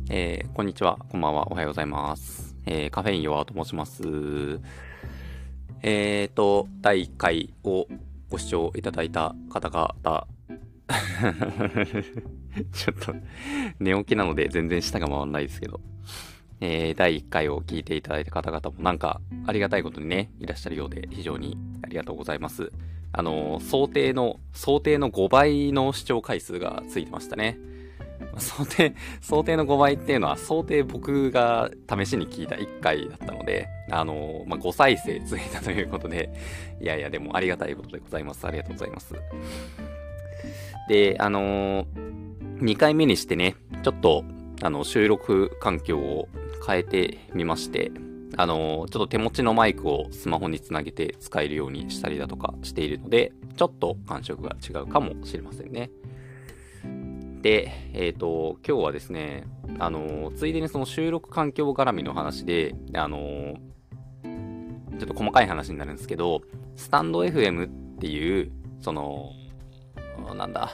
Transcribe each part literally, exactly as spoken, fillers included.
えー、こんにちは、こんばんは、おはようございます。えー、カフェイン弱と申します。えーと、だいいっかいをご視聴いただいた方々、ちょっと、寝起きなので全然舌が回らないですけど、えー、だいいっかいを聞いていただいた方々もなんか、ありがたいことにね、いらっしゃるようで、非常にありがとうございます。あのー、想定の、想定のごばいの視聴回数がついてましたね。想定、想定のごばいっていうのは、想定僕が試しに聞いたいっかいだったので、あのー、まあ、ご再生ついたということで、いやいや、でもありがたいことでございます。ありがとうございます。で、あのー、にかいめにしてね、ちょっと、あの、収録環境を変えてみまして、あのー、ちょっと手持ちのマイクをスマホにつなげて使えるようにしたりだとかしているので、ちょっと感触が違うかもしれませんね。で、えっと、今日はですね、あのー、ついでにその収録環境絡みの話で、あのー、ちょっと細かい話になるんですけど、スタンド エフエム っていう、その、なんだ、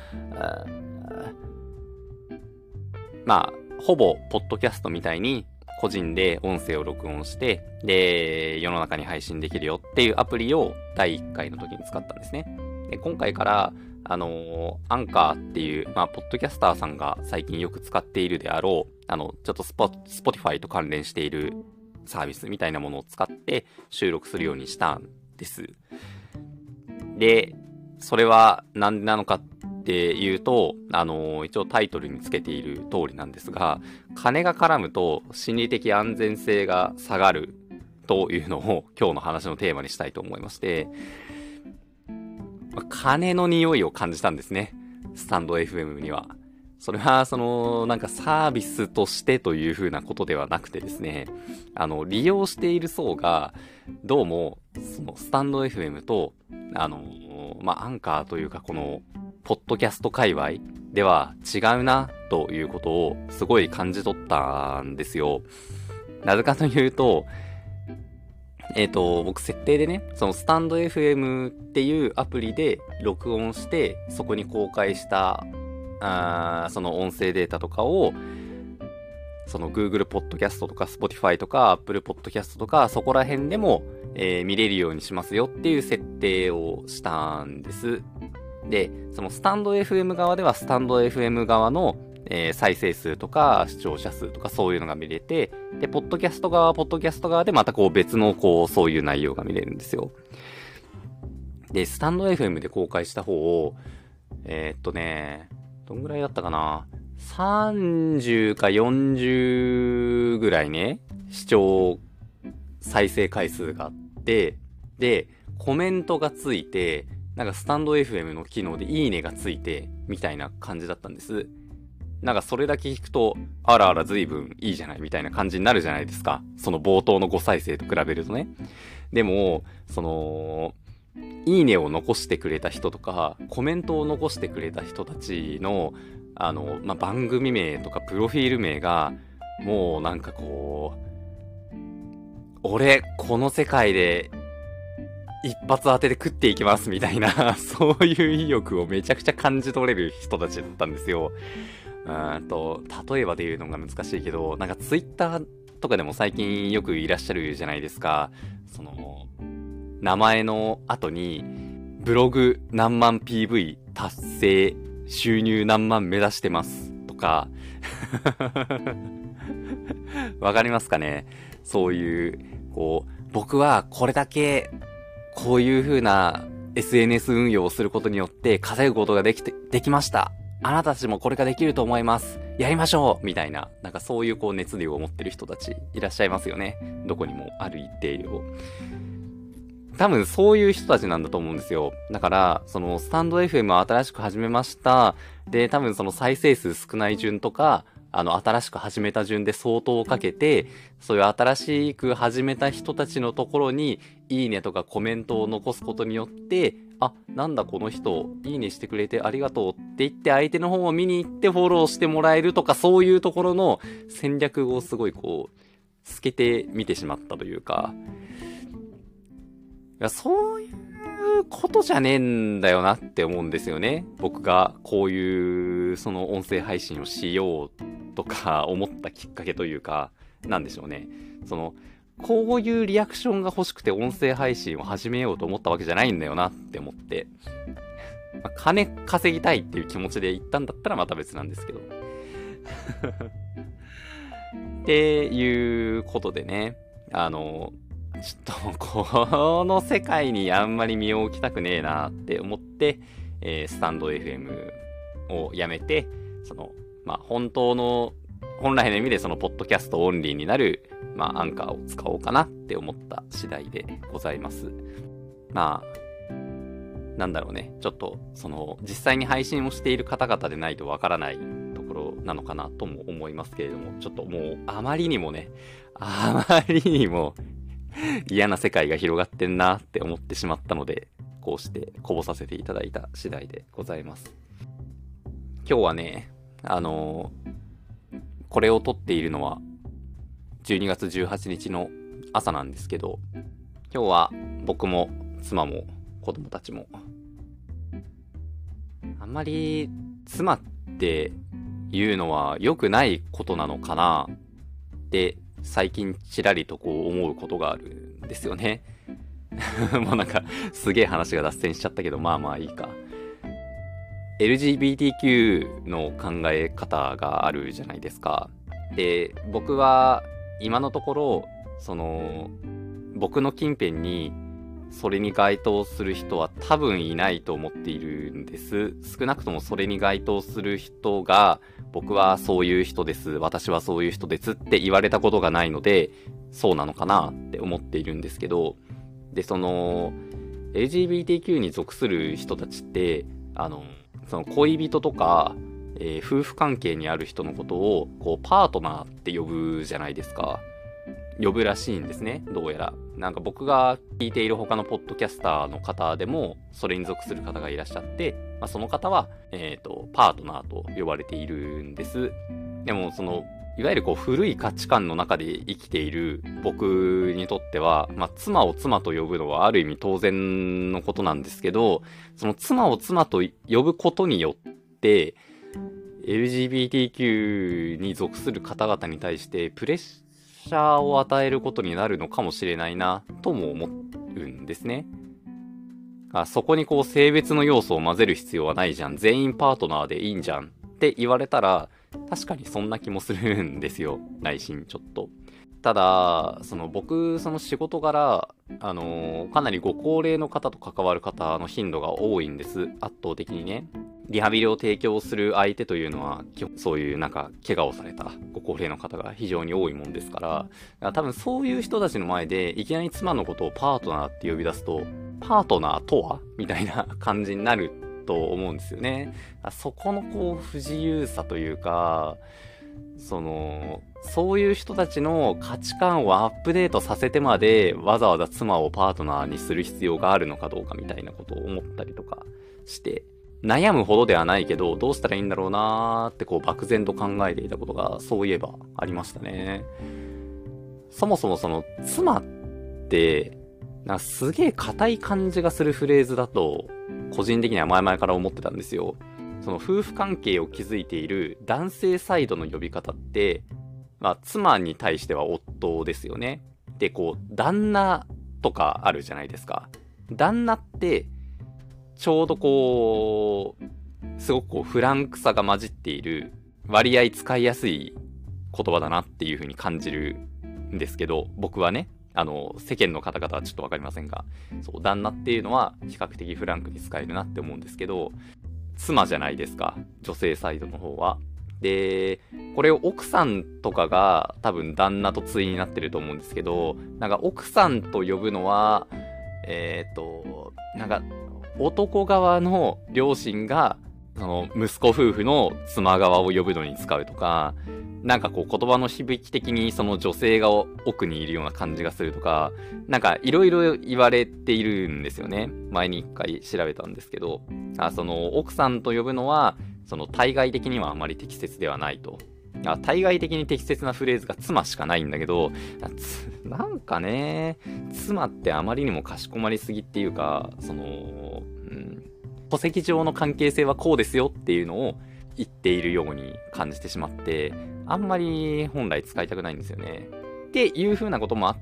まあ、ほぼ、ポッドキャストみたいに、個人で音声を録音して、で、世の中に配信できるよっていうアプリをだいいっかいの時に使ったんですね。で、今回から、あのー、アンカーっていう、まあ、ポッドキャスターさんが最近よく使っているであろう、あの、ちょっとスポ、スポティファイと関連しているサービスみたいなものを使って収録するようにしたんです。で、それは何でなのかっていうと、あのー、一応タイトルにつけている通りなんですが、金が絡むと心理的安全性が下がるというのを今日の話のテーマにしたいと思いまして、金の匂いを感じたんですね。スタンド エフエム には。それは、その、なんかサービスとしてという風なことではなくてですね、あの、利用している層が、どうも、その、スタンド エフエム と、あの、まあ、アンカーというか、この、ポッドキャスト界隈では違うな、ということを、すごい感じ取ったんですよ。なぜかというと、えっと、僕設定でね、そのスタンド エフエム っていうアプリで録音して、そこに公開した、あその音声データとかを、その Google Podcast とか Spotify とか Apple Podcast とか、そこら辺でも、えー、見れるようにしますよっていう設定をしたんです。で、そのスタンド エフエム 側ではスタンド エフエム 側のえー、再生数とか視聴者数とかそういうのが見れて、で、ポッドキャスト側はポッドキャスト側でまたこう別のこうそういう内容が見れるんですよ。で、スタンド エフエム で公開した方を、えー、っとね、どんぐらいだったかな ?さんじゅう かよんじゅうぐらいね、視聴再生回数があって、で、コメントがついて、なんかスタンド エフエム の機能でいいねがついて、みたいな感じだったんです。なんかそれだけ聞くと、あらあら随分いいじゃないみたいな感じになるじゃないですか。その冒頭のご再生と比べるとね。でも、その、いいねを残してくれた人とか、コメントを残してくれた人たちの、あの、まあ、番組名とかプロフィール名が、もうなんかこう、俺、この世界で一発当てて食っていきますみたいな、そういう意欲をめちゃくちゃ感じ取れる人たちだったんですよ。うんと、例えばで言うのが難しいけど、なんかツイッターとかでも最近よくいらっしゃるじゃないですか。その、名前の後に、ブログ何万 ピーブイ 達成、収入何万目指してますとか、わかりますかね？そういう、こう、僕はこれだけ、こういう風な エスエヌエス 運用をすることによって稼ぐことができて、できました。あなたたちもこれができると思います。やりましょうみたいな、なんかそういうこう熱量を持ってる人たちいらっしゃいますよね。どこにもある一定量。多分そういう人たちなんだと思うんですよ。だから、そのスタンド エフエム を新しく始めました。で、多分その再生数少ない順とか、あの、新しく始めた順で相当をかけて、そういう新しく始めた人たちのところに、いいねとかコメントを残すことによって、あ、なんだこの人、いいねしてくれてありがとうって言って相手の方を見に行ってフォローしてもらえるとか、そういうところの戦略をすごいこう、透けて見てしまったというか、いやそういういうことじゃねえんだよなって思うんですよね。僕がこういうその音声配信をしようとか思ったきっかけというか、なんでしょうね。その、こういうリアクションが欲しくて音声配信を始めようと思ったわけじゃないんだよなって思って。まあ、金稼ぎたいっていう気持ちで言ったんだったらまた別なんですけど。っていうことでね、あの、ちょっとこの世界にあんまり身を置きたくねえなって思って、えー、スタンド エフエム をやめて、その、まあ、本当の、本来の意味でそのポッドキャストオンリーになる、まあ、アンカーを使おうかなって思った次第でございます。まあ、なんだろうね。ちょっと、その、実際に配信をしている方々でないとわからないところなのかなとも思いますけれども、ちょっともう、あまりにもね、あまりにも嫌な世界が広がってんなって思ってしまったので、こうしてこぼさせていただいた次第でございます。今日はね、あのー、これを撮っているのはじゅうにがつじゅうはちにちの朝なんですけど、今日は僕も妻も子供たちもあんまり妻っていうのは良くないことなのかなって最近ちらりとこう思うことがあるんですよね。もうなんかすげえ話が脱線しちゃったけど、まあまあいいか。エルジービーティーキュー の考え方があるじゃないですか。で、僕は今のところその僕の近辺にそれに該当する人は多分いないと思っているんです。少なくともそれに該当する人が、僕はそういう人です、私はそういう人ですって言われたことがないので、そうなのかなって思っているんですけど、で、その エルジービーティーキュー に属する人たちって、あのその恋人とか、えー、夫婦関係にある人のことをこうパートナーって呼ぶじゃないですか。呼ぶらしいんですね、どうやら。なんか僕が聞いている他のポッドキャスターの方でもそれに属する方がいらっしゃって、まあ、その方は、えーと、パートナーと呼ばれているんです。でもそのいわゆるこう古い価値観の中で生きている僕にとっては、まあ、妻を妻と呼ぶのはある意味当然のことなんですけど、その妻を妻と呼ぶことによってエルジービーティーキュー に属する方々に対してプレッシャーを与えることになるのかもしれないなとも思うんですね。あ、そこにこう性別の要素を混ぜる必要はないじゃん、全員パートナーでいいんじゃんって言われたら、確かにそんな気もするんですよ、内心ちょっと。ただその僕その仕事柄、あのー、かなりご高齢の方と関わる方の頻度が多いんです、圧倒的にね。リハビリを提供する相手というのはそういうなんか怪我をされたご高齢の方が非常に多いもんですから、だから多分そういう人たちの前でいきなり妻のことをパートナーって呼び出すと、パートナーとはみたいな感じになると思うんですよね。そこのこう不自由さというか、そのそういう人たちの価値観をアップデートさせてまでわざわざ妻をパートナーにする必要があるのかどうかみたいなことを思ったりとかして悩むほどではないけど、どうしたらいいんだろうなーってこう漠然と考えていたことがそういえばありましたね。そもそもその妻ってなんかすげえ硬い感じがするフレーズだと個人的には前々から思ってたんですよ。その夫婦関係を築いている男性サイドの呼び方って、まあ妻に対しては夫ですよね。でこう旦那とかあるじゃないですか。旦那ってちょうどこうすごくこうフランクさが混じっている割合使いやすい言葉だなっていう風に感じるんですけど、僕はね、あの世間の方々はちょっと分かりませんが、そう旦那っていうのは比較的フランクに使えるなって思うんですけど、妻じゃないですか、女性サイドの方は。でこれを奥さんとかが多分旦那と対になってると思うんですけど、なんか奥さんと呼ぶのはえっとなんか男側の両親がその息子夫婦の妻側を呼ぶのに使うとか、なんかこう言葉の響き的にその女性が奥にいるような感じがするとか、なんかいろいろ言われているんですよね。前に一回調べたんですけど、あその奥さんと呼ぶのはその対外的にはあまり適切ではないと。 あ対外的に適切なフレーズが妻しかないんだけど、なんかね、妻ってあまりにもかしこまりすぎっていうか、その、うん、戸籍上の関係性はこうですよっていうのを言っているように感じてしまって、あんまり本来使いたくないんですよね。っていう風なこともあって、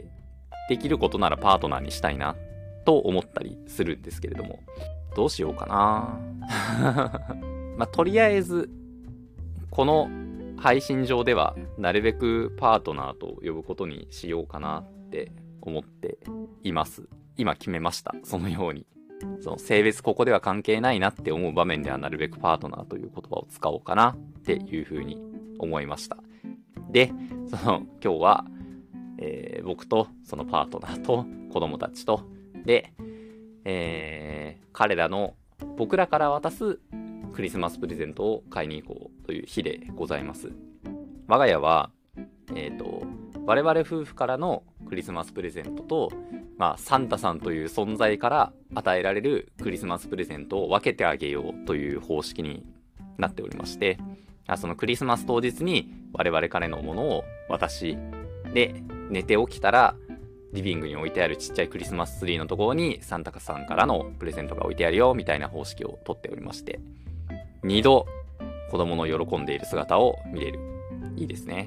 できることならパートナーにしたいなと思ったりするんですけれども、どうしようかなまあ、とりあえず、この配信上ではなるべくパートナーと呼ぶことにしようかなって思っています。今決めました。そのように。その性別ここでは関係ないなって思う場面ではなるべくパートナーという言葉を使おうかなっていうふうに思いました。で、その今日は、えー、僕とそのパートナーと子供たちとで、えー、彼らの僕らから渡すクリスマスプレゼントを買いに行こうという日でございます。我が家は、えーと、我々夫婦からのクリスマスプレゼントと、まあ、サンタさんという存在から与えられるクリスマスプレゼントを分けてあげようという方式になっておりまして、そのクリスマス当日に我々からのものを渡し、で、寝て起きたらリビングに置いてあるちっちゃいクリスマスツリーのところにサンタさんからのプレゼントが置いてあるよみたいな方式をとっておりまして、二度子供の喜んでいる姿を見れる。いいですね。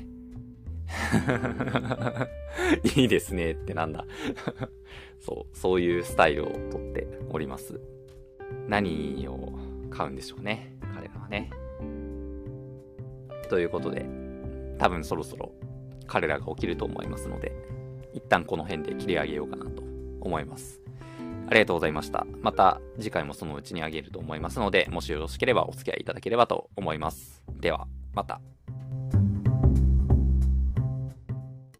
いいですねってなんだ。そう、そういうスタイルをとっております。何を買うんでしょうね、彼らはね。ということで、多分そろそろ彼らが起きると思いますので、一旦この辺で切り上げようかなと思います。ありがとうございました。また次回もそのうちにあげると思いますので、もしよろしければお付き合いいただければと思います。では、また。